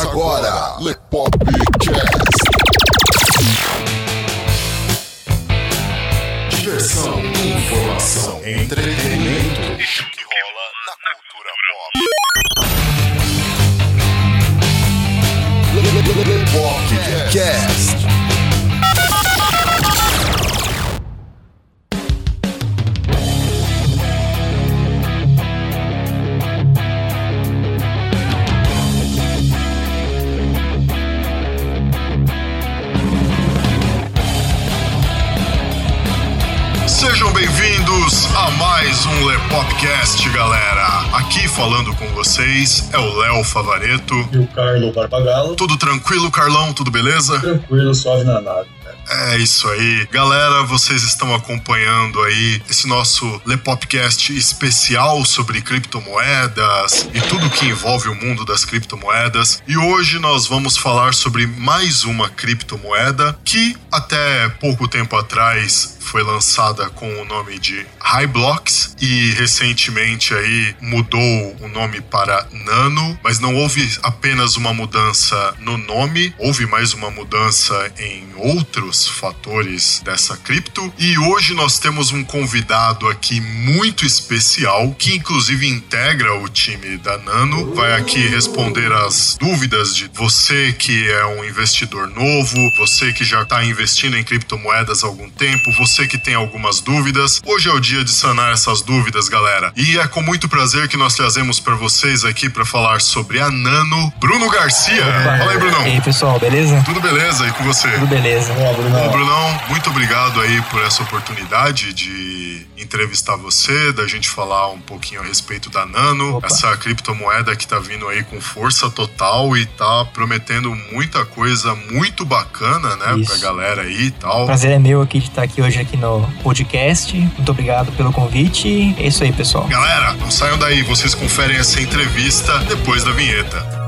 agora, Lepopcast. Diversão, informação, entretenimento. O que rola na cultura pop. Lepopcast. Sejam bem-vindos a mais um Lepopcast, galera. Aqui falando com vocês é o Léo Favareto e o Carlo Barbagallo. Tudo tranquilo, Carlão? Tudo beleza? Tranquilo, suave na nave. É isso aí. Galera, vocês estão acompanhando aí esse nosso Lepopcast especial sobre criptomoedas e tudo que envolve o mundo das criptomoedas. E hoje nós vamos falar sobre mais uma criptomoeda que até pouco tempo atrás foi lançada com o nome de Hyblox e recentemente aí mudou o nome para Nano, mas não houve apenas uma mudança no nome, houve mais uma mudança em outros fatores dessa cripto. E hoje nós temos um convidado aqui muito especial, que inclusive integra o time da Nano, vai aqui responder as dúvidas de você que é um investidor novo, você que já está investindo em criptomoedas há algum tempo, você que tem algumas dúvidas. Hoje é o dia de sanar essas dúvidas, galera. E é com muito prazer que nós trazemos para vocês aqui para falar sobre a Nano, Bruno Garcia. Fala aí, Brunão. E aí, pessoal, beleza? Tudo beleza? E com você? Tudo beleza. Bom, Brunão, muito obrigado aí por essa oportunidade de entrevistar você, da gente falar um pouquinho a respeito da Nano. Opa. Essa criptomoeda que tá vindo aí com força total e tá prometendo muita coisa muito bacana, né? Isso. Pra galera aí e tal. Prazer é meu aqui de estar aqui hoje aqui no podcast. Muito obrigado pelo convite. É isso aí, pessoal. Galera, não saiam daí, vocês conferem essa entrevista depois da vinheta.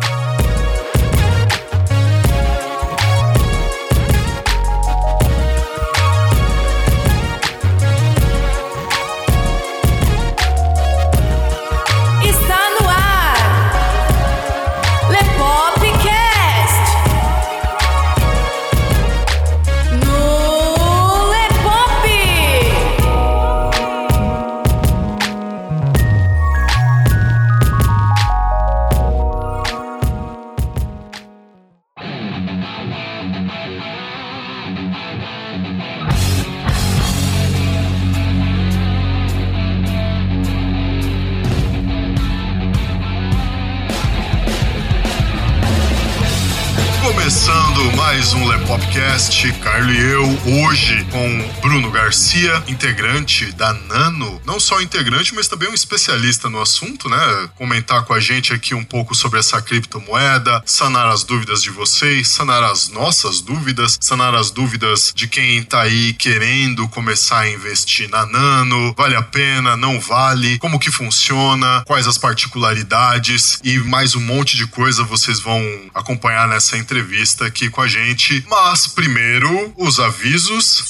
Começando mais um Lepopcast, Carlos e eu, hoje com Bruno Garcia, integrante da Nano, não só integrante, mas também um especialista no assunto, né? Comentar com a gente aqui um pouco sobre essa criptomoeda, sanar as dúvidas de vocês, sanar as nossas dúvidas, sanar as dúvidas de quem tá aí querendo começar a investir na Nano, vale a pena, não vale, como que funciona, quais as particularidades e mais um monte de coisa vocês vão acompanhar nessa entrevista aqui com a gente, mas primeiro os avisos.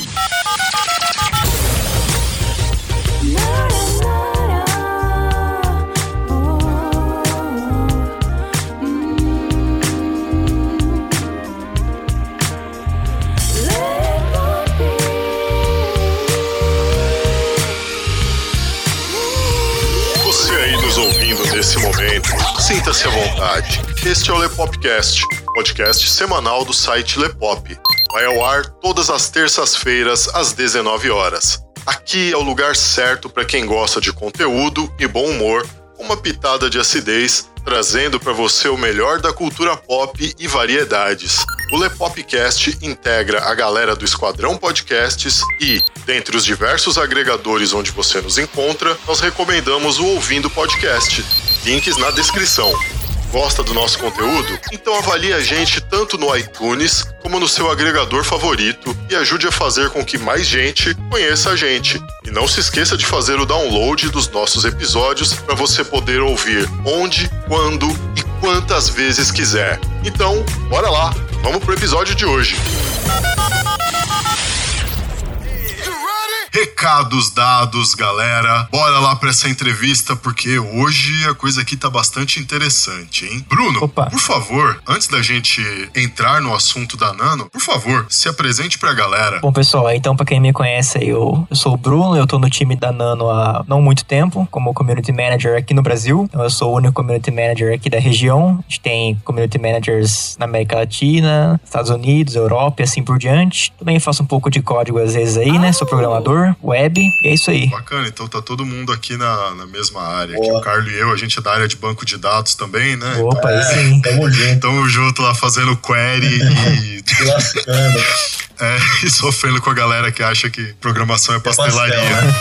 Você aí nos ouvindo nesse momento, sinta-se à vontade. Este é o Lepopcast, podcast semanal do site Lepop. Vai ao ar todas as terças-feiras às 19 horas. Aqui é o lugar certo para quem gosta de conteúdo e bom humor, com uma pitada de acidez, trazendo para você o melhor da cultura pop e variedades. O Lepopcast integra a galera do Esquadrão Podcasts e, dentre os diversos agregadores onde você nos encontra, nós recomendamos o Ouvindo Podcast. Links na descrição. Gosta do nosso conteúdo? Então avalie a gente tanto no iTunes como no seu agregador favorito e ajude a fazer com que mais gente conheça a gente. E não se esqueça de fazer o download dos nossos episódios para você poder ouvir onde, quando e quantas vezes quiser. Então, bora lá, vamos pro episódio de hoje. recados dados, galera. Bora lá pra essa entrevista, porque hoje a coisa aqui tá bastante interessante, hein? Bruno, Opa. Por favor, antes da gente entrar no assunto da Nano, por favor, se apresente pra galera. Bom, pessoal, então pra quem me conhece, eu sou o Bruno, eu tô no time da Nano há não muito tempo, como Community Manager aqui no Brasil. Então eu sou o único Community Manager aqui da região. A gente tem Community Managers na América Latina, Estados Unidos, Europa e assim por diante. Também faço um pouco de código às vezes aí, né? Sou programador, web, e é isso aí. Bacana, então tá todo mundo aqui na mesma área. Aqui, Boa. o Carlos e eu, a gente é da área de banco de dados também, né? Opa, aí sim. Tamo junto. Tamo junto lá fazendo query Se lascando. e sofrendo com a galera que acha que programação é pastelaria.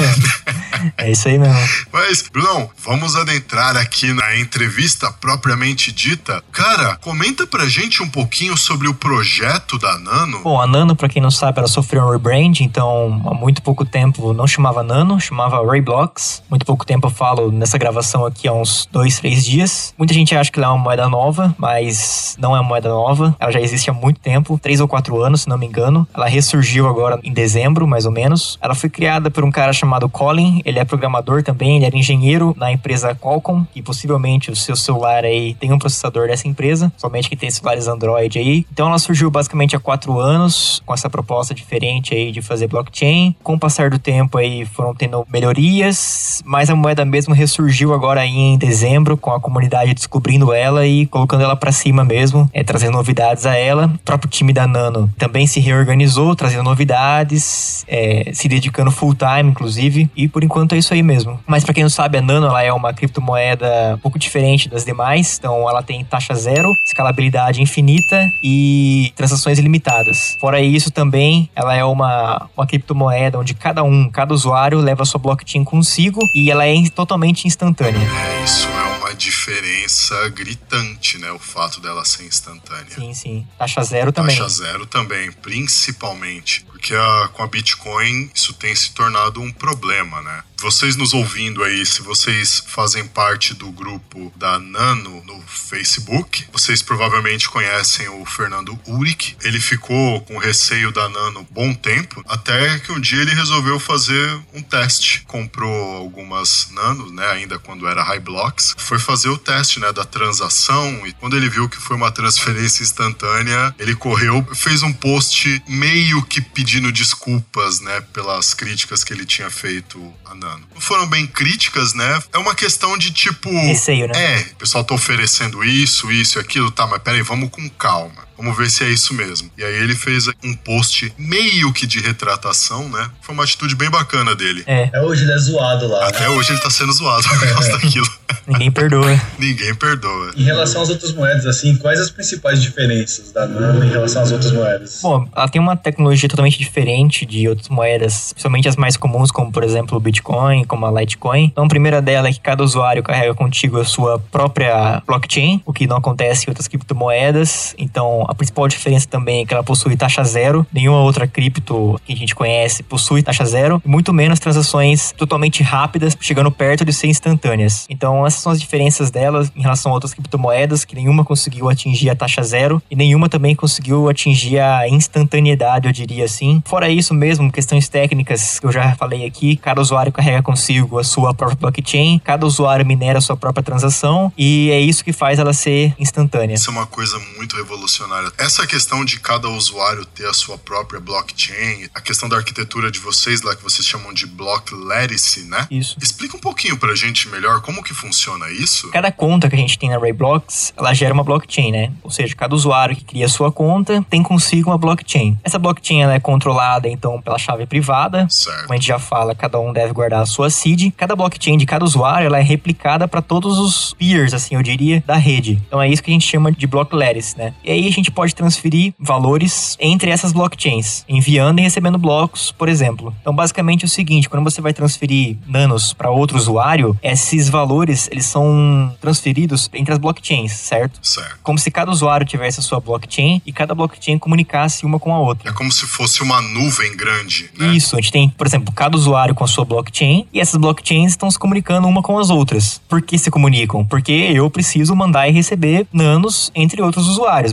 pastel, É isso aí mesmo. Mas, Brunão, vamos adentrar aqui na entrevista propriamente dita. Cara, comenta pra gente um pouquinho sobre o projeto da Nano. Bom, a Nano, pra quem não sabe, ela sofreu um rebrand, então há muito pouco tempo não chamava Nano, chamava Rayblox. Muito pouco tempo eu falo nessa gravação aqui há uns 2-3 dias. Muita gente acha que ela é uma moeda nova, mas não é uma moeda nova. Ela já existe há muito tempo, 3 ou 4 anos, se não me engano. Ela ressurgiu agora em dezembro, mais ou menos. Ela foi criada por um cara chamado Colin. Ele é programador também, ele era engenheiro na empresa Qualcomm, e possivelmente o seu celular aí tem um processador dessa empresa, somente que tem celulares Android aí. Então ela surgiu basicamente há 4 anos, com essa proposta diferente aí de fazer blockchain. Com o passar do tempo aí foram tendo melhorias, mas a moeda mesmo ressurgiu agora aí em dezembro, com a comunidade descobrindo ela e colocando ela pra cima mesmo, trazendo novidades a ela. O próprio time da Nano também se reorganizou, trazendo novidades, se dedicando full time, inclusive, e por enquanto é isso aí mesmo. Mas pra quem não sabe, a Nano ela é uma criptomoeda um pouco diferente das demais, então ela tem taxa zero, escalabilidade infinita e transações ilimitadas. Fora isso também, ela é uma criptomoeda onde cada usuário leva a sua blockchain consigo e ela é totalmente instantânea. Isso é uma diferença gritante, né? O fato dela ser instantânea. Sim. Taxa zero também. Taxa zero também, principalmente. Porque com a Bitcoin isso tem se tornado um problema, né? Vocês nos ouvindo aí, se vocês fazem parte do grupo da Nano no Facebook, vocês provavelmente conhecem o Fernando Uhrig. Ele ficou com receio da Nano bom tempo, até que um dia ele resolveu fazer um teste. Comprou algumas Nanos, né, ainda quando era Rayblox. Foi fazer o teste, né, da transação, e quando ele viu que foi uma transferência instantânea, ele correu, fez um post meio que pedindo desculpas, né, pelas críticas que ele tinha feito a Nano. Não foram bem críticas, né? É uma questão de tipo... Receio, né? O pessoal tá oferecendo isso e aquilo, tá, mas peraí, vamos com calma. Vamos ver se é isso mesmo. E aí ele fez um post meio que de retratação, né? Foi uma atitude bem bacana dele. Até hoje ele é zoado lá. Até hoje ele tá sendo zoado por causa daquilo. Ninguém perdoa. Ninguém perdoa. Em relação às outras moedas, assim, quais as principais diferenças da Nano em relação às outras moedas? Bom, ela tem uma tecnologia totalmente diferente de outras moedas, principalmente as mais comuns, como por exemplo o Bitcoin, como a Litecoin. Então a primeira dela é que cada usuário carrega contigo a sua própria blockchain, o que não acontece em outras criptomoedas. Então a principal diferença também é que ela possui taxa zero. Nenhuma outra cripto que a gente conhece possui taxa zero, e muito menos transações totalmente rápidas, chegando perto de ser instantâneas. Então essas são as diferenças delas em relação a outras criptomoedas, que nenhuma conseguiu atingir a taxa zero e nenhuma também conseguiu atingir a instantaneidade, eu diria assim. Fora isso mesmo, questões técnicas que eu já falei aqui, cada usuário carrega consigo a sua própria blockchain, cada usuário minera a sua própria transação, e é isso que faz ela ser instantânea. Isso é uma coisa muito revolucionária. Essa questão de cada usuário ter a sua própria blockchain, a questão da arquitetura de vocês lá, que vocês chamam de block lattice, né? Isso. Explica um pouquinho pra gente melhor como que funciona isso. Cada conta que a gente tem na Rayblox, ela gera uma blockchain, né? Ou seja, cada usuário que cria a sua conta tem consigo uma blockchain. Essa blockchain ela é controlada, então, pela chave privada. Certo. Como a gente já fala, cada um deve guardar a sua seed. Cada blockchain de cada usuário, ela é replicada para todos os peers, assim, eu diria, da rede. Então é isso que a gente chama de block lattice, né? E aí a gente pode transferir valores entre essas blockchains, enviando e recebendo blocos, por exemplo. Então basicamente é o seguinte, quando você vai transferir nanos para outro usuário, esses valores, eles são transferidos entre as blockchains, certo? Certo. Como se cada usuário tivesse a sua blockchain e cada blockchain comunicasse uma com a outra. É como se fosse uma nuvem grande, né? Isso, a gente tem, por exemplo, cada usuário com a sua blockchain e essas blockchains estão se comunicando uma com as outras. Por que se comunicam? Porque eu preciso mandar e receber nanos entre outros usuários. Basicamente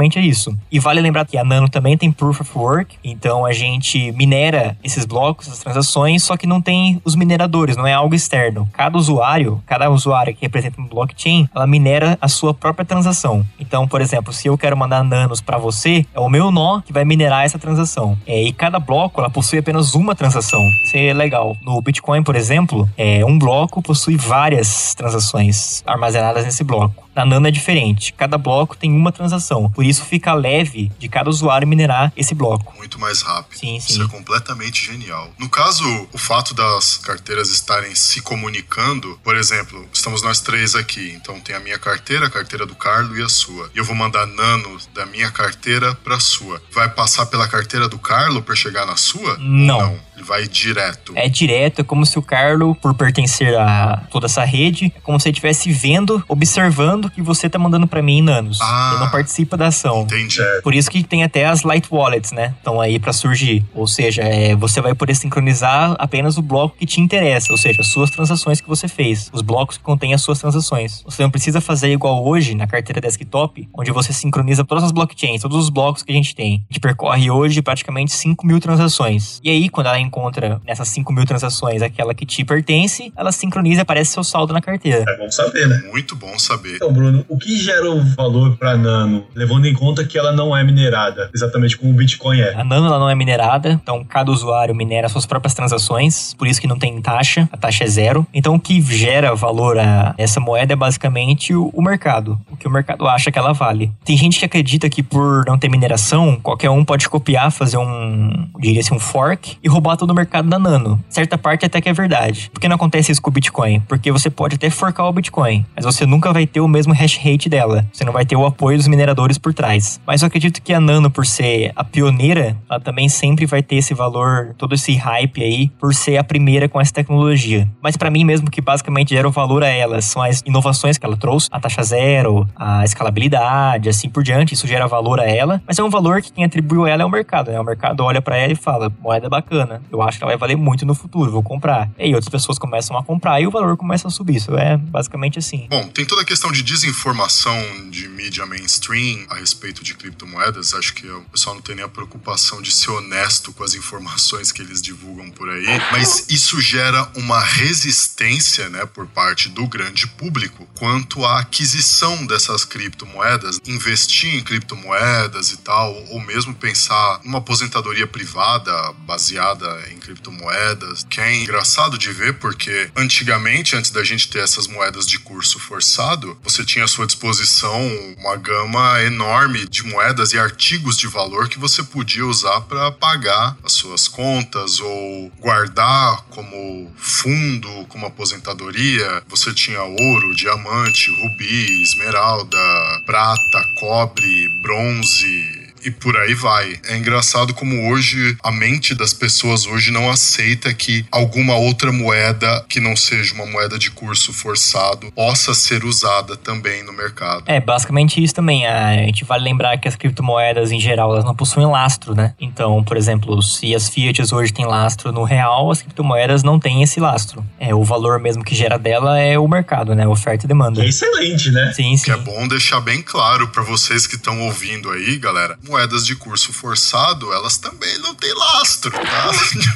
basicamente é isso. E vale lembrar que a Nano também tem Proof of Work, então a gente minera esses blocos, essas transações, só que não tem os mineradores, não é algo externo. Cada usuário que representa um blockchain, ela minera a sua própria transação. Então, por exemplo, se eu quero mandar nanos para você, é o meu nó que vai minerar essa transação. E cada bloco, ela possui apenas uma transação. Isso é legal. No Bitcoin, por exemplo, um bloco possui várias transações armazenadas nesse bloco. Na Nano é diferente. Cada bloco tem uma transação. Por isso fica leve de cada usuário minerar esse bloco. Muito mais rápido. Sim. Isso é completamente genial. No caso, o fato das carteiras estarem se comunicando, por exemplo, estamos nós três aqui. Então tem a minha carteira, a carteira do Carlo e a sua. E eu vou mandar Nano da minha carteira pra sua. Vai passar pela carteira do Carlo pra chegar na sua? Não. Ou não? Ele vai direto. É direto, é como se o Carlo, por pertencer a toda essa rede, é como se ele estivesse vendo, observando que você tá mandando pra mim em nanos. Ele não participa da ação. Entendi. Por isso que tem até as light wallets, né? Estão aí pra surgir. Ou seja, você vai poder sincronizar apenas o bloco que te interessa. Ou seja, as suas transações que você fez. Os blocos que contêm as suas transações. Você não precisa fazer igual hoje na carteira desktop, onde você sincroniza todas as blockchains, todos os blocos que a gente tem. A gente percorre hoje praticamente 5.000 transações. E aí, quando ela encontra nessas 5.000 transações aquela que te pertence, ela sincroniza e aparece seu saldo na carteira. É bom saber, né? Muito bom saber. Então, Bruno, o que gera o valor para Nano, levando em conta que ela não é minerada, exatamente como o Bitcoin é? A Nano ela não é minerada, então cada usuário minera suas próprias transações, por isso que não tem taxa, a taxa é zero. Então o que gera valor a essa moeda é basicamente o mercado, o que o mercado acha que ela vale. Tem gente que acredita que por não ter mineração, qualquer um pode copiar, fazer um fork e roubar todo o mercado da Nano. Certa parte até que é verdade. Por que não acontece isso com o Bitcoin? Porque você pode até forcar o Bitcoin, mas você nunca vai ter o mesmo hash rate dela. Você não vai ter o apoio dos mineradores por trás. Mas eu acredito que a Nano, por ser a pioneira, ela também sempre vai ter esse valor, todo esse hype aí, por ser a primeira com essa tecnologia. Mas pra mim mesmo, que basicamente gera o valor a ela são as inovações que ela trouxe, a taxa zero, a escalabilidade, assim por diante. Isso gera valor a ela, mas é um valor que quem atribuiu a ela é o mercado, né? O mercado olha pra ela e fala, moeda bacana, eu acho que ela vai valer muito no futuro, vou comprar. E aí outras pessoas começam a comprar e o valor começa a subir. Isso é basicamente assim. Bom, tem toda a questão de desinformação de mídia mainstream a respeito de criptomoedas. Acho que o pessoal não tem nem a preocupação de ser honesto com as informações que eles divulgam por aí, mas isso gera uma resistência, né, por parte do grande público quanto à aquisição dessas criptomoedas, investir em criptomoedas e tal, ou mesmo pensar numa aposentadoria privada baseada em criptomoedas, que é engraçado de ver porque antigamente, antes da gente ter essas moedas de curso forçado, você tinha à sua disposição uma gama enorme de moedas e artigos de valor que você podia usar para pagar as suas contas ou guardar como fundo, como aposentadoria. Você tinha ouro, diamante, rubi, esmeralda, prata, cobre, bronze e por aí vai. É engraçado como hoje a mente das pessoas hoje não aceita que alguma outra moeda que não seja uma moeda de curso forçado possa ser usada também no mercado. É, basicamente isso também. A gente vale lembrar que as criptomoedas em geral, elas não possuem lastro, né? Então, por exemplo, se as fiats hoje têm lastro no real, as criptomoedas não têm esse lastro. O valor mesmo que gera dela é o mercado, né? Oferta e demanda. É excelente, né? Sim. Que é bom deixar bem claro para vocês que estão ouvindo aí, galera. Moedas de curso forçado, elas também não têm lastro, tá?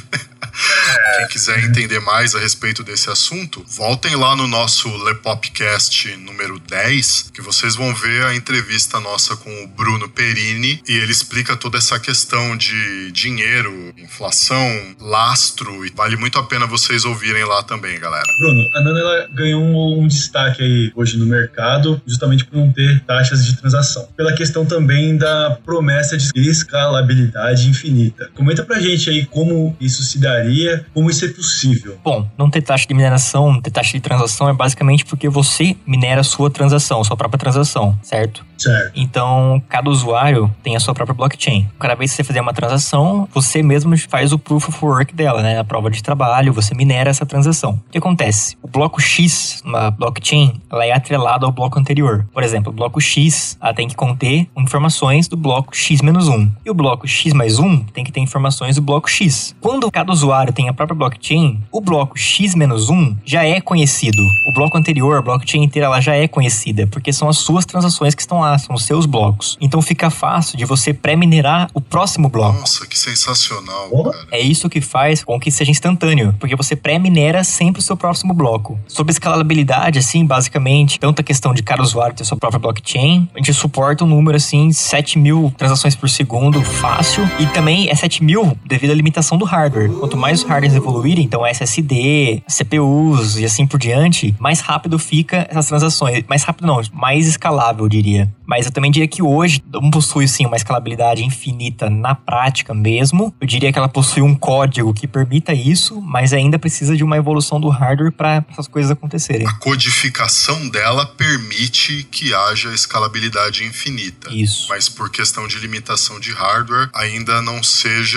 Quem quiser entender mais a respeito desse assunto, voltem lá no nosso Lepopcast número 10, que vocês vão ver a entrevista nossa com o Bruno Perini, e ele explica toda essa questão de dinheiro, inflação, lastro, e vale muito a pena vocês ouvirem lá também, galera. Bruno, a Nano ela ganhou um destaque aí hoje no mercado, justamente por não ter taxas de transação. Pela questão também da promessa de escalabilidade infinita. Comenta pra gente aí como isso se daria, como isso é possível. Bom, não ter taxa de mineração, não ter taxa de transação é basicamente porque você minera a sua transação, sua própria transação, certo? Certo. Então, cada usuário tem a sua própria blockchain. Cada vez que você fizer uma transação, você mesmo faz o proof of work dela, né? A prova de trabalho, você minera essa transação. O que acontece? O bloco X, uma blockchain, ela é atrelada ao bloco anterior. Por exemplo, o bloco X, ela tem que conter informações do bloco X-1. E o bloco X+1 tem que ter informações do bloco X. Quando cada usuário tem a própria blockchain, o bloco X-1 já é conhecido. O bloco anterior, a blockchain inteira, ela já é conhecida, porque são as suas transações que estão lá, são os seus blocos. Então fica fácil de você pré-minerar o próximo bloco. Nossa, que sensacional, cara. É isso que faz com que seja instantâneo, porque você pré-minera sempre o seu próximo bloco. Sobre escalabilidade, assim, basicamente, tanto a questão de cada usuário ter sua própria blockchain, a gente suporta um número, assim, 7.000 transações por segundo, fácil, e também é 7.000 devido à limitação do hardware. Quanto mais os hardwares evoluírem, então SSD, CPUs e assim por diante, mais rápido fica essas transações. Mais rápido não, mais escalável, eu diria. Mas eu também diria que hoje não possui, sim, uma escalabilidade infinita na prática mesmo. Eu diria que ela possui um código que permita isso, mas ainda precisa de uma evolução do hardware para essas coisas acontecerem. A codificação dela permite que haja escalabilidade infinita. Isso. Mas por questão de limitação de hardware, ainda não seja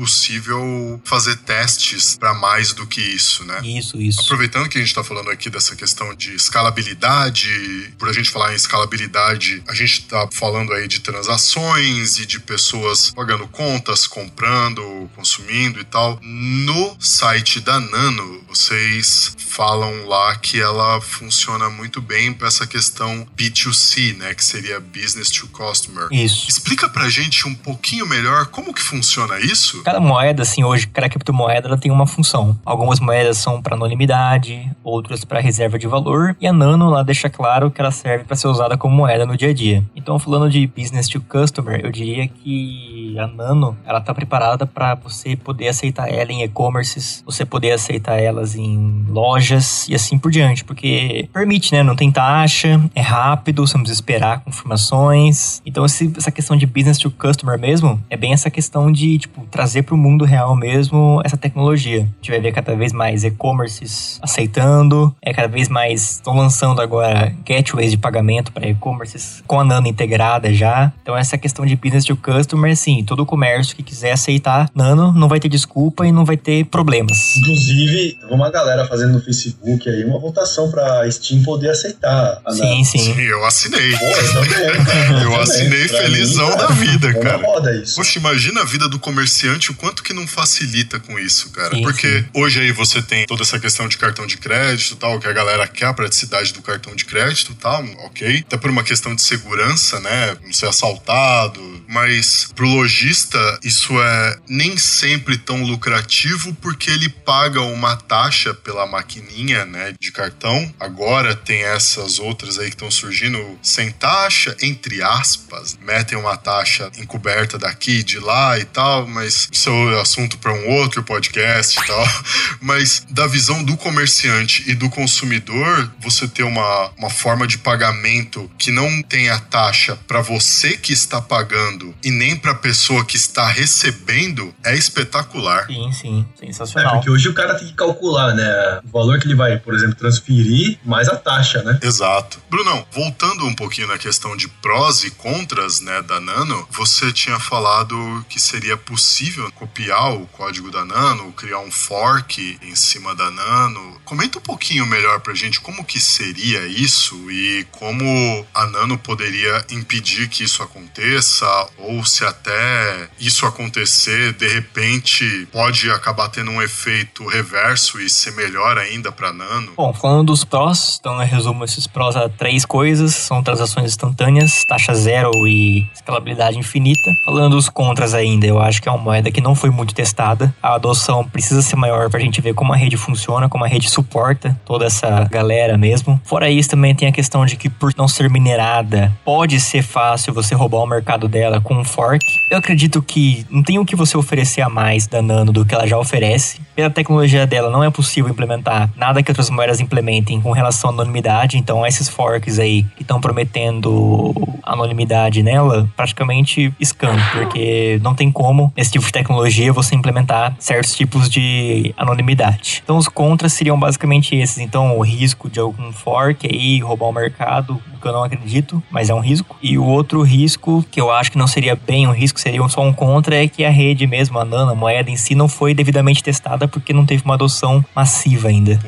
possível fazer testes para mais do que isso, né? Isso. Aproveitando que a gente está falando aqui dessa questão de escalabilidade, por a gente falar em escalabilidade, a gente está falando aí de transações e de pessoas pagando contas, comprando, consumindo e tal. No site da Nano, vocês falam lá que ela funciona muito bem para essa questão B2C, né? Que seria Business to Customer. Isso. Explica pra gente um pouquinho melhor como que funciona isso? Cada moeda, assim, hoje, cada criptomoeda, ela tem uma função. Algumas moedas são para anonimidade, outras para reserva de valor, e a Nano lá deixa claro que ela serve para ser usada como moeda no dia a dia. Então, falando de Business to Customer, eu diria que a Nano, ela tá preparada para você poder aceitar ela em e-commerces, você poder aceitar elas em lojas e assim por diante, porque permite, né? Não tem taxa, é rápido, você não precisa esperar confirmações. Então, essa questão de Business to Customer mesmo, é bem essa questão de, tipo, trazer para o mundo real mesmo essa tecnologia. A gente vai ver cada vez mais e-commerces aceitando, cada vez mais estão lançando agora gateways de pagamento para e-commerces com a Nano integrada já. Então, essa questão de Business to Customer, assim, todo comércio que quiser aceitar Nano não vai ter desculpa e não vai ter problemas. Inclusive, uma galera fazendo no Facebook aí uma votação pra Steam poder aceitar a Nano. Sim. Eu assinei. Pô, eu também, cara. Eu assinei Pra felizão mim, da vida, cara. Roda isso. Poxa, imagina a vida do comerciante, o quanto que não facilita com isso, cara. Sim, Porque hoje aí você tem toda essa questão de cartão de crédito e tal, que a galera quer a praticidade do cartão de crédito e tal, ok. Até por uma questão de segurança, né? Não ser assaltado. Mas pro lojista, isso é nem sempre tão lucrativo porque ele paga uma taxa pela maquininha, né, de cartão. Agora tem essas outras aí que estão surgindo sem taxa, entre aspas. Metem uma taxa encoberta daqui, de lá e tal, mas isso é assunto para um outro podcast e tal. Mas da visão do comerciante e do consumidor, você ter uma forma de pagamento que não tem a taxa para você que está pagando e nem para a pessoa que está recebendo é espetacular. Sim. Sensacional. Porque hoje o cara tem que calcular, né? O valor que ele vai, por exemplo, transferir, mais a taxa, né? Exato. Brunão, voltando um pouquinho na questão de prós e contras, né, da Nano, você tinha falado que seria possível copiar o código da Nano, criar um fork em cima da Nano. Comenta um pouquinho melhor pra gente como que seria isso e como a Nano poderia impedir que isso aconteça, ou se até isso acontecer, de repente pode acabar tendo um efeito reverso e ser melhor ainda pra Nano. Bom, falando dos prós, então eu resumo esses prós a 3 coisas, são transações instantâneas, taxa zero e escalabilidade infinita. Falando dos contras ainda, eu acho que é uma moeda que não foi muito testada, a adoção precisa ser maior pra gente ver como a rede funciona, como a rede suporta toda essa galera mesmo. Fora isso, também tem a questão de que por não ser minerada, pode ser fácil você roubar o mercado dela com um fork. Eu acredito que não tem o que você oferecer a mais da Nano do que ela já oferece. Pela tecnologia dela, não é possível implementar nada que outras moedas implementem com relação à anonimidade. Então, esses forks aí que estão prometendo anonimidade nela, praticamente scam, porque não tem como, nesse tipo de tecnologia, você implementar certos tipos de anonimidade. Então, os contras seriam basicamente esses. Então, o risco de algum fork aí, roubar o mercado, que eu não acredito, mas é um risco. E o outro risco, que eu acho que não seria bem um risco, seria só um contra, é que a rede mesmo, a Nano, a moeda em si, não foi devidamente testada porque não teve uma adoção massiva ainda. Por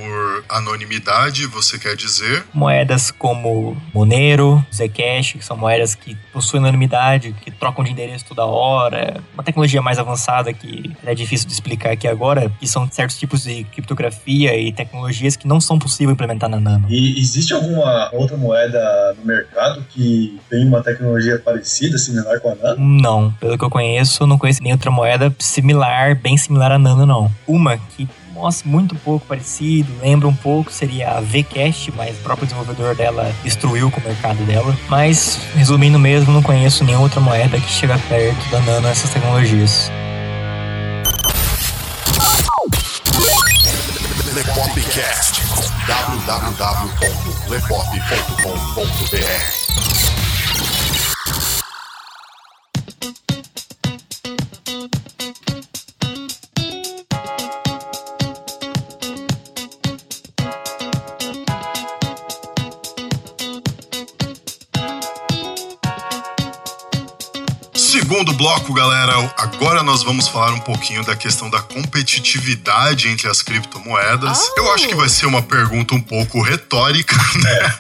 por anonimidade, você quer dizer? Moedas como Monero, Zcash, que são moedas que possuem anonimidade, que trocam de endereço toda hora. Uma tecnologia mais avançada que é difícil de explicar aqui agora, que são certos tipos de criptografia e tecnologias que não são possíveis implementar na Nano. E existe alguma outra moeda no mercado que tem uma tecnologia parecida, similar com a Nano? Não, pelo que eu conheço, não conheço nem outra moeda similar, bem similar à Nano, não. Uma que mostra muito pouco parecido, lembra um pouco, seria a Vcash, mas o próprio desenvolvedor dela destruiu com o mercado dela. Mas, resumindo mesmo, não conheço nenhuma outra moeda que chega perto da Nano nessas tecnologias. Lepopcast, www.lepop.com.br. Segundo bloco, galera, agora nós vamos falar um pouquinho da questão da competitividade entre as criptomoedas. Eu acho que vai ser uma pergunta um pouco retórica, né?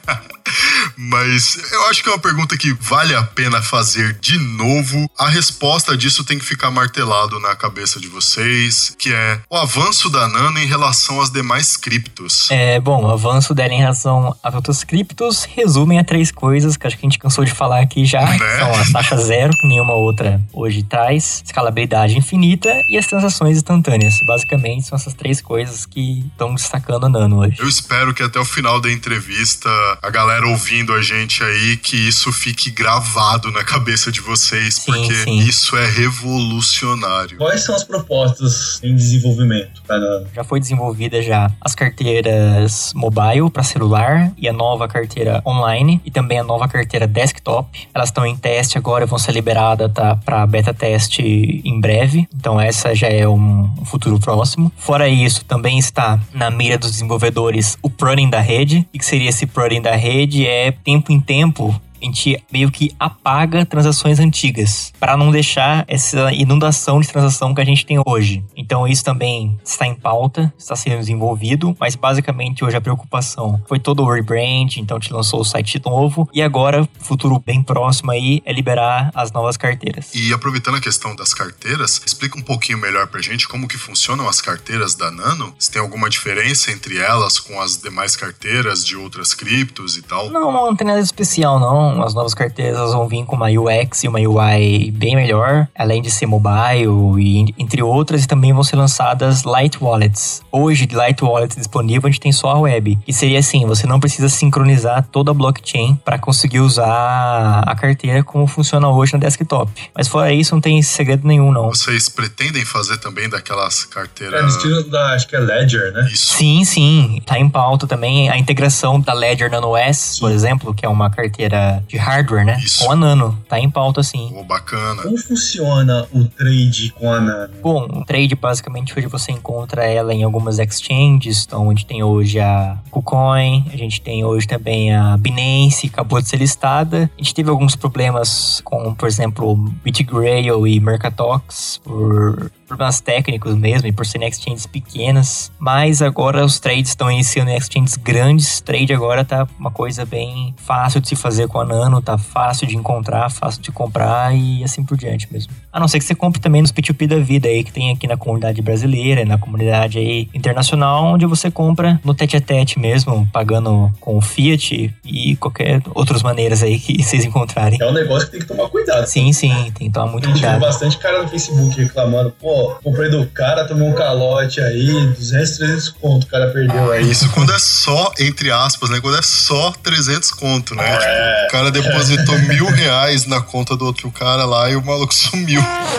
Mas eu acho que é uma pergunta que vale a pena fazer de novo. A resposta disso tem que ficar martelado na cabeça de vocês, que é o avanço da Nano em relação às demais criptos. Bom, o avanço dela em relação às outras criptos resumem a 3 coisas que acho que a gente cansou de falar aqui já, né? Que são a taxa zero, que nenhuma outra hoje traz, escalabilidade infinita e as transações instantâneas. Basicamente, são essas 3 coisas que estão destacando a Nano hoje. Eu espero que até o final da entrevista, a galera ouvindo a gente aí, que isso fique gravado na cabeça de vocês, porque isso é revolucionário. Quais são as propostas em desenvolvimento da Nano? Já foi desenvolvida as carteiras mobile para celular e a nova carteira online e também a nova carteira desktop. Elas estão em teste agora, vão ser liberadas para beta teste em breve. Então essa já é um futuro próximo. Fora isso, também está na mira dos desenvolvedores o pruning da rede. E que seria esse pruning da rede? É tempo em tempo a gente meio que apaga transações antigas para não deixar essa inundação de transação que a gente tem hoje. Então isso também está em pauta, está sendo desenvolvido, mas basicamente hoje a preocupação foi todo o rebrand, então a gente lançou o site novo e agora, futuro bem próximo aí, é liberar as novas carteiras. E aproveitando a questão das carteiras, explica um pouquinho melhor pra gente como que funcionam as carteiras da Nano? Se tem alguma diferença entre elas com as demais carteiras de outras criptos e tal? Não tem nada especial não. As novas carteiras vão vir com uma UX e uma UI bem melhor, além de ser mobile e entre outras, e também vão ser lançadas Light Wallets. Hoje, de Light Wallet disponível, a gente tem só a web. E seria assim, você não precisa sincronizar toda a blockchain para conseguir usar a carteira como funciona hoje na desktop. Mas fora isso, não tem segredo nenhum, não. Vocês pretendem fazer também daquelas carteiras... no estilo da, acho que é Ledger, né? Isso. Sim. Tá em pauta também a integração da Ledger Nano S, por exemplo, que é uma carteira de hardware, né? Isso. Com a Nano. Tá em pauta, sim. Bacana. Como funciona o trade com a Nano? Bom, o trade, basicamente, hoje você encontra ela em algumas exchanges, então a gente tem hoje a KuCoin, a gente tem hoje também a Binance, que acabou de ser listada. A gente teve alguns problemas com, por exemplo, BitGrail e Mercatox, por problemas técnicos mesmo, e por serem exchanges pequenas, mas agora os trades estão iniciando em exchanges grandes. Trade agora tá uma coisa bem fácil de se fazer com a Nano, tá fácil de encontrar, fácil de comprar e assim por diante mesmo. A não ser que você compre também nos P2P da vida aí, que tem aqui na comunidade brasileira e na comunidade aí internacional, onde você compra no tete-a-tete mesmo, pagando com o Fiat e qualquer outras maneiras aí que vocês encontrarem. É um negócio que tem que tomar cuidado. Sim, tem que tomar muito cuidado. Tem bastante cara no Facebook reclamando, pô, comprei do cara, tomei um calote aí, 200, 300 conto, o cara perdeu aí. Isso quando é só, entre aspas, né? Quando é só 300 conto, né? Tipo, o cara depositou R$1.000 na conta do outro cara lá e o maluco sumiu.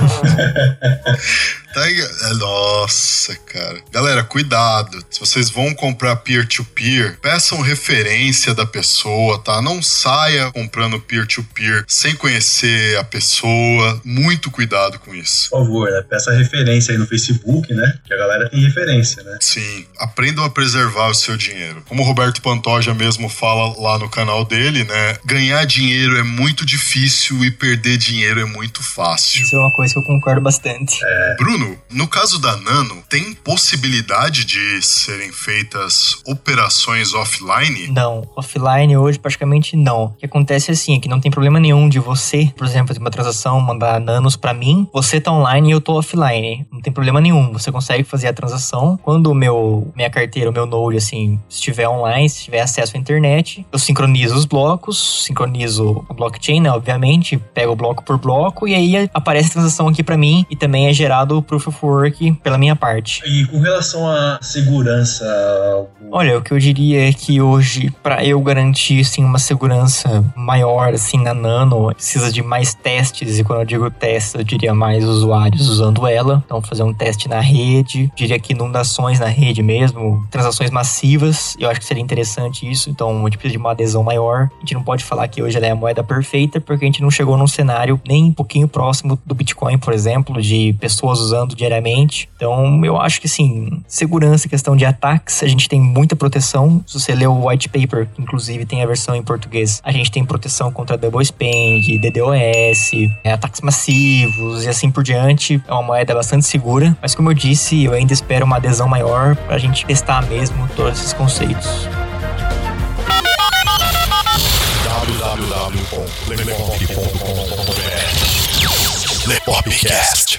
Nossa, cara. Galera, cuidado. Se vocês vão comprar peer-to-peer, peçam referência da pessoa, tá? Não saia comprando peer-to-peer sem conhecer a pessoa. Muito cuidado com isso. Por favor, né? Peça referência aí no Facebook, né? Que a galera tem referência, né? Sim. Aprendam a preservar o seu dinheiro. Como o Roberto Pantoja mesmo fala lá no canal dele, né? Ganhar dinheiro é muito difícil e perder dinheiro é muito fácil. Isso é uma coisa que eu concordo bastante. Bruno, Bruno, no caso da Nano, tem possibilidade de serem feitas operações offline? Não, offline hoje praticamente não. O que acontece assim, é que não tem problema nenhum de você, por exemplo, fazer uma transação, mandar nanos pra mim, você tá online e eu tô offline. Não tem problema nenhum, você consegue fazer a transação. Quando minha carteira, o meu node, assim, estiver online, se tiver acesso à internet, eu sincronizo os blocos, sincronizo a blockchain, né, obviamente, pego o bloco por bloco e aí aparece a transação aqui pra mim e também é gerado o Proof of Work pela minha parte. E com relação à segurança... Olha, o que eu diria é que hoje, pra eu garantir, assim, uma segurança maior, assim, na Nano, precisa de mais testes, e quando eu digo testes, eu diria mais usuários usando ela. Então, fazer um teste na rede, diria que inundações na rede mesmo, transações massivas, eu acho que seria interessante isso. Então, a gente precisa de uma adesão maior. A gente não pode falar que hoje ela é a moeda perfeita, porque a gente não chegou num cenário nem um pouquinho próximo do Bitcoin, por exemplo, de pessoas usando diariamente. Então, eu acho que, assim, segurança, questão de ataques, a gente tem muita proteção. Se você ler o white paper, que inclusive tem a versão em português, a gente tem proteção contra double spend, DDoS, ataques massivos e assim por diante. É uma moeda bastante segura, mas como eu disse, eu ainda espero uma adesão maior pra gente testar mesmo todos esses conceitos. www.lepop.com.br Lepopcast.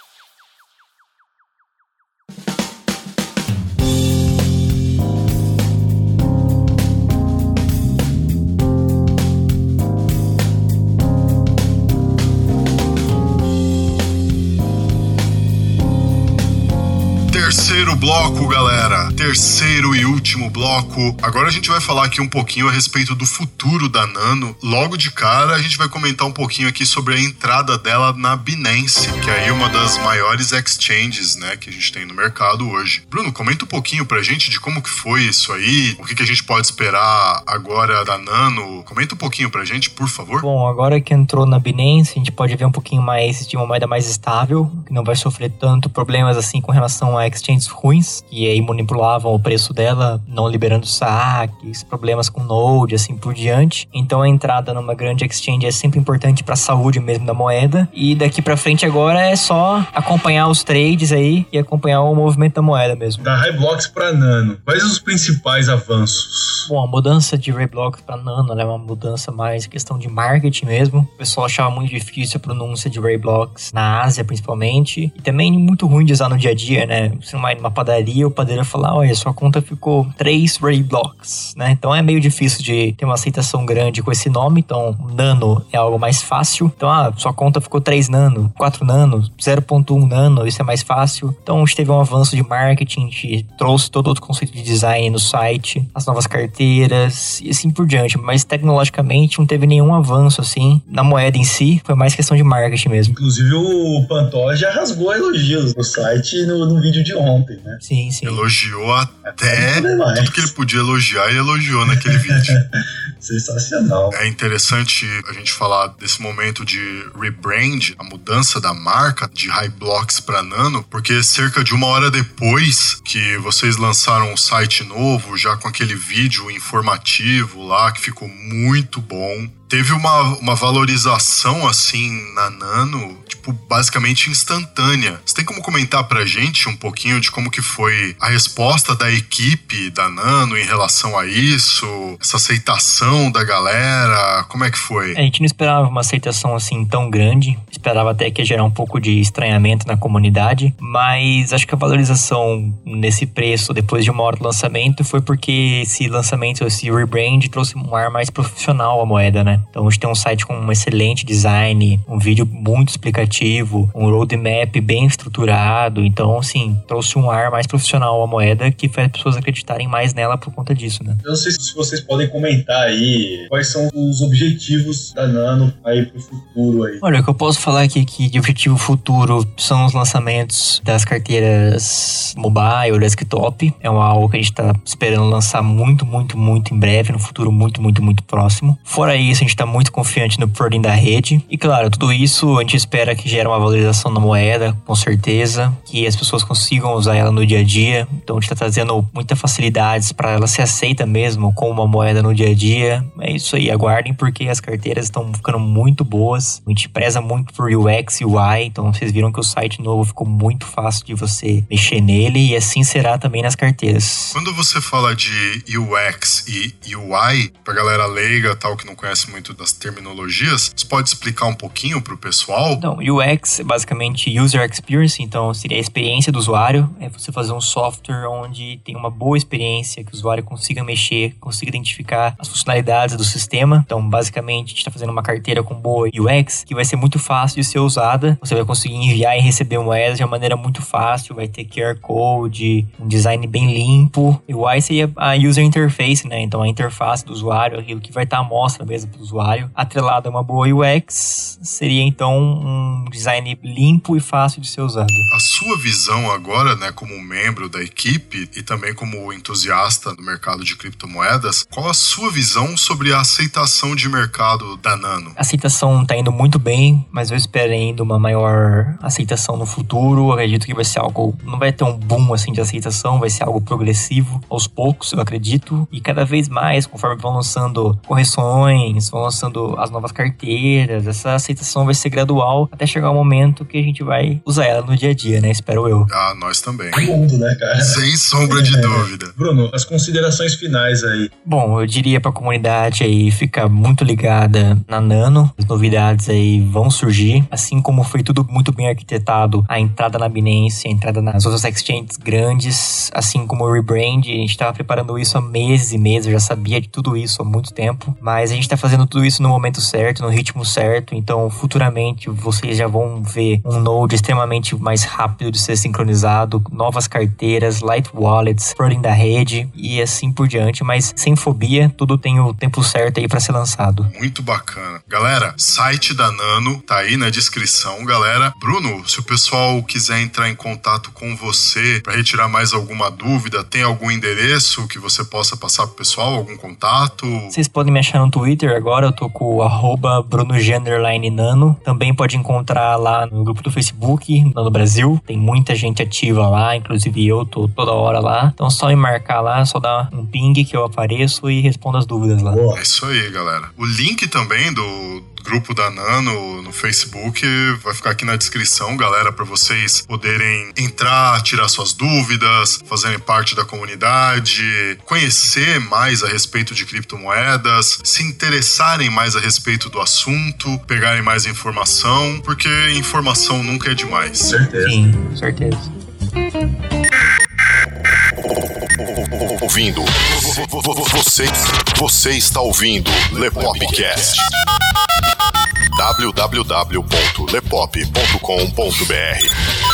Terceiro bloco, galera. Terceiro e último bloco. Agora a gente vai falar aqui um pouquinho a respeito do futuro da Nano. Logo de cara, a gente vai comentar um pouquinho aqui sobre a entrada dela na Binance, que é aí uma das maiores exchanges, né, que a gente tem no mercado hoje. Bruno, comenta um pouquinho pra gente de como que foi isso aí, o que a gente pode esperar agora da Nano. Comenta um pouquinho pra gente, por favor. Bom, agora que entrou na Binance, a gente pode ver um pouquinho mais de uma moeda mais estável, que não vai sofrer tanto problemas assim com relação a exchanges ruins, que aí manipulavam o preço dela, não liberando saques, problemas com node, assim por diante. Então a entrada numa grande exchange é sempre importante para a saúde mesmo da moeda, e daqui para frente agora é só acompanhar os trades aí e acompanhar o movimento da moeda mesmo. Da Highblocks para Nano, quais os principais avanços? Bom, a mudança de Highblocks para Nano, né, é uma mudança mais questão de marketing mesmo. O pessoal achava muito difícil a pronúncia de Highblocks na Ásia principalmente, e também muito ruim de usar no dia a dia, né? Você não vai numa padaria, o padeiro falar, olha, sua conta ficou 3 Highblocks, né? Então é meio difícil de ter uma aceitação grande com esse nome. Então Nano é algo mais fácil. Então, sua conta ficou 3 Nano, 4 Nano, 0.1 Nano, isso é mais fácil. Então a gente teve um avanço de marketing, a gente trouxe todo outro conceito de design no site, as novas carteiras e assim por diante. Mas tecnologicamente não teve nenhum avanço assim na moeda em si, foi mais questão de marketing mesmo. Inclusive o Pantoja já rasgou elogios no site no vídeo de ontem, né? Sim, sim. Elogiou até tudo que ele podia elogiar, ele elogiou naquele vídeo. Sensacional. É interessante a gente falar desse momento de rebrand, a mudança da marca de Highblocks para Nano, porque cerca de 1 hora depois que vocês lançaram um site novo, já com aquele vídeo informativo lá, que ficou muito bom, teve uma valorização assim na Nano, tipo, basicamente instantânea. Você tem como comentar pra gente um pouquinho de como que foi a resposta da equipe da Nano em relação a isso? Essa aceitação da galera, como é que foi? A gente não esperava uma aceitação assim tão grande, esperava até que ia gerar um pouco de estranhamento na comunidade, mas acho que a valorização nesse preço depois de 1 hora do lançamento foi porque esse lançamento, esse rebrand trouxe um ar mais profissional à moeda, né? Então a gente tem um site com um excelente design, um vídeo muito explicativo, um roadmap bem estruturado. Então, assim, trouxe um ar mais profissional à moeda que fez as pessoas acreditarem mais nela por conta disso, né? Eu não sei se vocês podem comentar aí quais são os objetivos da Nano aí pro futuro aí. Olha, o que eu posso falar aqui que de objetivo futuro são os lançamentos das carteiras mobile, desktop. É algo que a gente tá esperando lançar muito, muito, muito em breve, no futuro muito, muito, muito próximo. Fora isso, a gente gente está muito confiante no pruning da rede. E claro, tudo isso a gente espera que gere uma valorização da moeda, com certeza, que as pessoas consigam usar ela no dia a dia. Então a gente está trazendo muitas facilidades para ela ser aceita mesmo como uma moeda no dia a dia. É isso aí, aguardem, porque as carteiras estão ficando muito boas. A gente preza muito por UX e UI, então vocês viram que o site novo ficou muito fácil de você mexer nele, e assim será também nas carteiras. Quando você fala de UX e UI, pra galera leiga, tal, que não conhece muito das terminologias, você pode explicar um pouquinho pro pessoal? Então, UX é basicamente User Experience, então seria a experiência do usuário. É você fazer um software onde tem uma boa experiência, que o usuário consiga mexer, consiga identificar as funcionalidades do sistema. Então, basicamente, a gente está fazendo uma carteira com boa UX, que vai ser muito fácil de ser usada. Você vai conseguir enviar e receber moedas de uma maneira muito fácil, vai ter QR Code, um design bem limpo. UI seria a User Interface, né? Então, a interface do usuário, aquilo que vai estar à mostra mesmo para o usuário. Atrelado a uma boa UX, seria então um design limpo e fácil de ser usado. A sua visão agora, né, como membro da equipe e também como entusiasta do mercado de criptomoedas, qual a sua visão sobre a aceitação de mercado da Nano? A aceitação tá indo muito bem, mas eu espero ainda uma maior aceitação no futuro. Eu acredito que vai ser algo, não vai ter um boom assim de aceitação, vai ser algo progressivo, aos poucos, eu acredito. E cada vez mais, conforme vão lançando correções, vão lançando as novas carteiras, essa aceitação vai ser gradual até chegar o momento que a gente vai usar ela no dia a dia, né? Espero eu. Ah, nós também. O mundo, né, cara? Sem sombra de dúvida. Bruno, as considerações finais aí. Bom, eu diria pra comunidade aí ficar muito ligada na Nano. As novidades aí vão surgir. Assim como foi tudo muito bem arquitetado, a entrada na Binance, a entrada nas outras exchanges grandes, assim como o rebrand, a gente tava preparando isso há meses e meses, eu já sabia de tudo isso há muito tempo. Mas a gente tá fazendo tudo isso no momento certo, no ritmo certo. Então, futuramente, vocês já vão ver um node extremamente mais rápido de ser sincronizado, novas carteiras, light wallets, pruning da rede e assim por diante, mas sem fobia, tudo tem o tempo certo aí pra ser lançado. Muito bacana. Galera, site da Nano tá aí na descrição, galera. Bruno, se o pessoal quiser entrar em contato com você pra retirar mais alguma dúvida, tem algum endereço que você possa passar pro pessoal, algum contato? Vocês podem me achar no Twitter agora, eu tô com o @BrunoG_Nano. Também pode encontrar lá no grupo do Facebook, Nano Brasil. Tem muita gente ativa lá, inclusive eu tô toda hora lá. Então só me marcar lá, só dar um ping que eu apareço e respondo as dúvidas lá. É isso aí, galera. O link também do grupo da Nano no Facebook vai ficar aqui na descrição, galera, para vocês poderem entrar, tirar suas dúvidas, fazerem parte da comunidade, conhecer mais a respeito de criptomoedas, se interessarem mais a respeito do assunto, pegarem mais informação, porque informação nunca é demais. Certeza. Sim, certeza. Ouvindo. Você está ouvindo Lepopcast. www.lepop.com.br.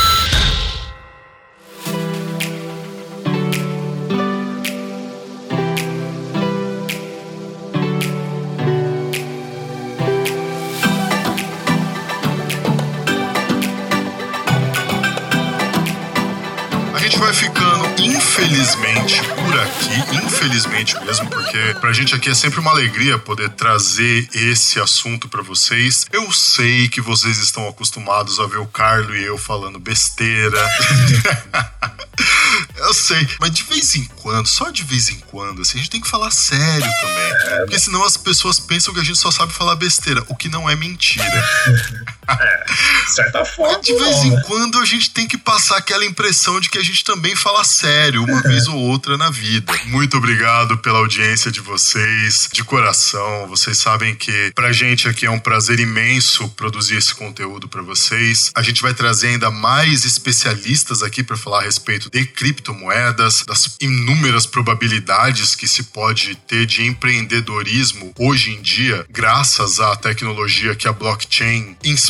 A gente vai ficando, infelizmente, por aqui, infelizmente mesmo, porque pra gente aqui é sempre uma alegria poder trazer esse assunto pra vocês. Eu sei que vocês estão acostumados a ver o Carlo e eu falando besteira. Eu sei, mas de vez em quando, só de vez em quando, assim, a gente tem que falar sério também. Porque senão as pessoas pensam que a gente só sabe falar besteira, o que não é mentira. De certa forma. De vez em quando a gente tem que passar aquela impressão de que a gente também fala sério uma vez ou outra na vida. Muito obrigado pela audiência de vocês, de coração. Vocês sabem que pra gente aqui é um prazer imenso produzir esse conteúdo pra vocês. A gente vai trazer ainda mais especialistas aqui pra falar a respeito de criptomoedas, das inúmeras probabilidades que se pode ter de empreendedorismo hoje em dia, graças à tecnologia que a blockchain inspira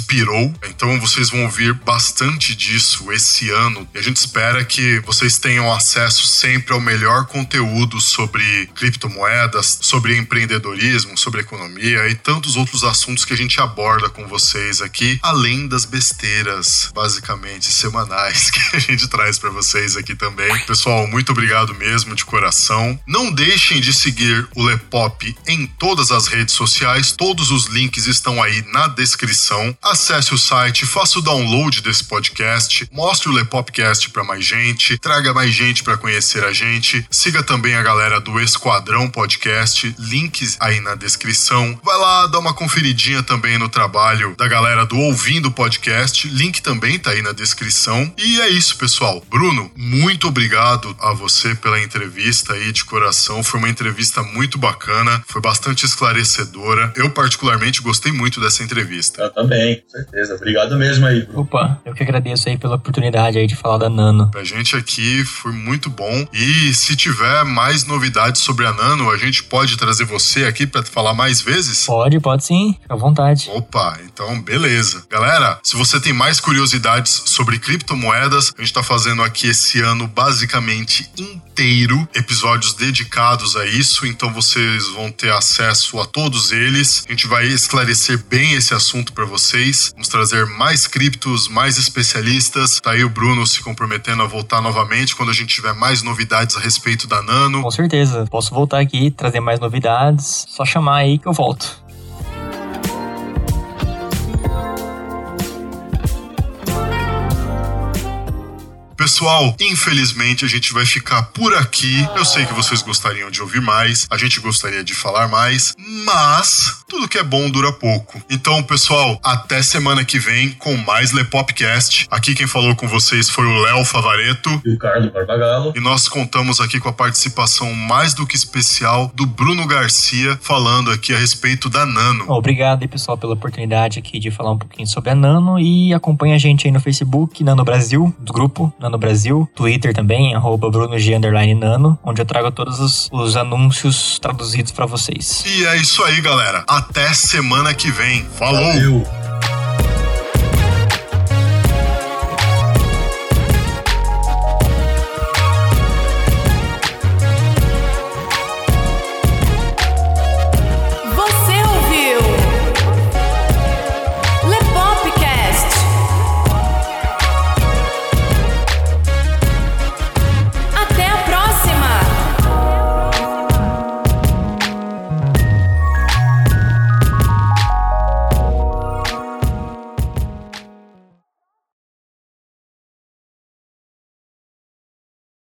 inspirou. Então vocês vão ouvir bastante disso esse ano. E a gente espera que vocês tenham acesso sempre ao melhor conteúdo sobre criptomoedas, sobre empreendedorismo, sobre economia e tantos outros assuntos que a gente aborda com vocês aqui, além das besteiras, basicamente, semanais que a gente traz para vocês aqui também. Pessoal, muito obrigado mesmo, de coração. Não deixem de seguir o Lepop em todas as redes sociais, todos os links estão aí na descrição. Acesse o site, faça o download desse podcast, mostre o Lepopcast para mais gente, traga mais gente para conhecer a gente. Siga também a galera do Esquadrão Podcast, links aí na descrição. Vai lá dar uma conferidinha também no trabalho da galera do Ouvindo Podcast, link também tá aí na descrição. E é isso, pessoal. Bruno, muito obrigado a você pela entrevista aí, de coração. Foi uma entrevista muito bacana, foi bastante esclarecedora. Eu particularmente gostei muito dessa entrevista. Eu também, com certeza. Obrigado mesmo aí, Bruno. Opa, eu que agradeço aí pela oportunidade aí de falar da Nano. Pra gente aqui foi muito bom. E se tiver mais novidades sobre a Nano, a gente pode trazer você aqui pra falar mais vezes? Pode sim, fica à vontade. Opa, então beleza. Galera, se você tem mais curiosidades sobre criptomoedas, a gente tá fazendo aqui esse ano basicamente inteiro episódios dedicados a isso, então vocês vão ter acesso a todos eles. A gente vai esclarecer bem esse assunto pra vocês. Vamos trazer mais criptos, mais especialistas. Tá aí o Bruno se comprometendo a voltar novamente quando a gente tiver mais novidades a respeito da Nano. Com certeza, posso voltar aqui, trazer mais novidades, só chamar aí que eu volto. Pessoal, infelizmente a gente vai ficar por aqui. Eu sei que vocês gostariam de ouvir mais, a gente gostaria de falar mais, mas tudo que é bom dura pouco. Então, pessoal, até semana que vem com mais Lepopcast. Aqui quem falou com vocês foi o Léo Favaretto E o Carlos Barbagalo. e nós contamos aqui com a participação mais do que especial do Bruno Garcia, falando aqui a respeito da Nano. Obrigado aí, pessoal, pela oportunidade aqui de falar um pouquinho sobre a Nano, e acompanha a gente aí no Facebook, Nano Brasil, do grupo Nano Brasil, Twitter também, @BrunoG_Nano, onde eu trago todos os anúncios traduzidos pra vocês. E é isso aí, galera. Até semana que vem. Falou! Valeu!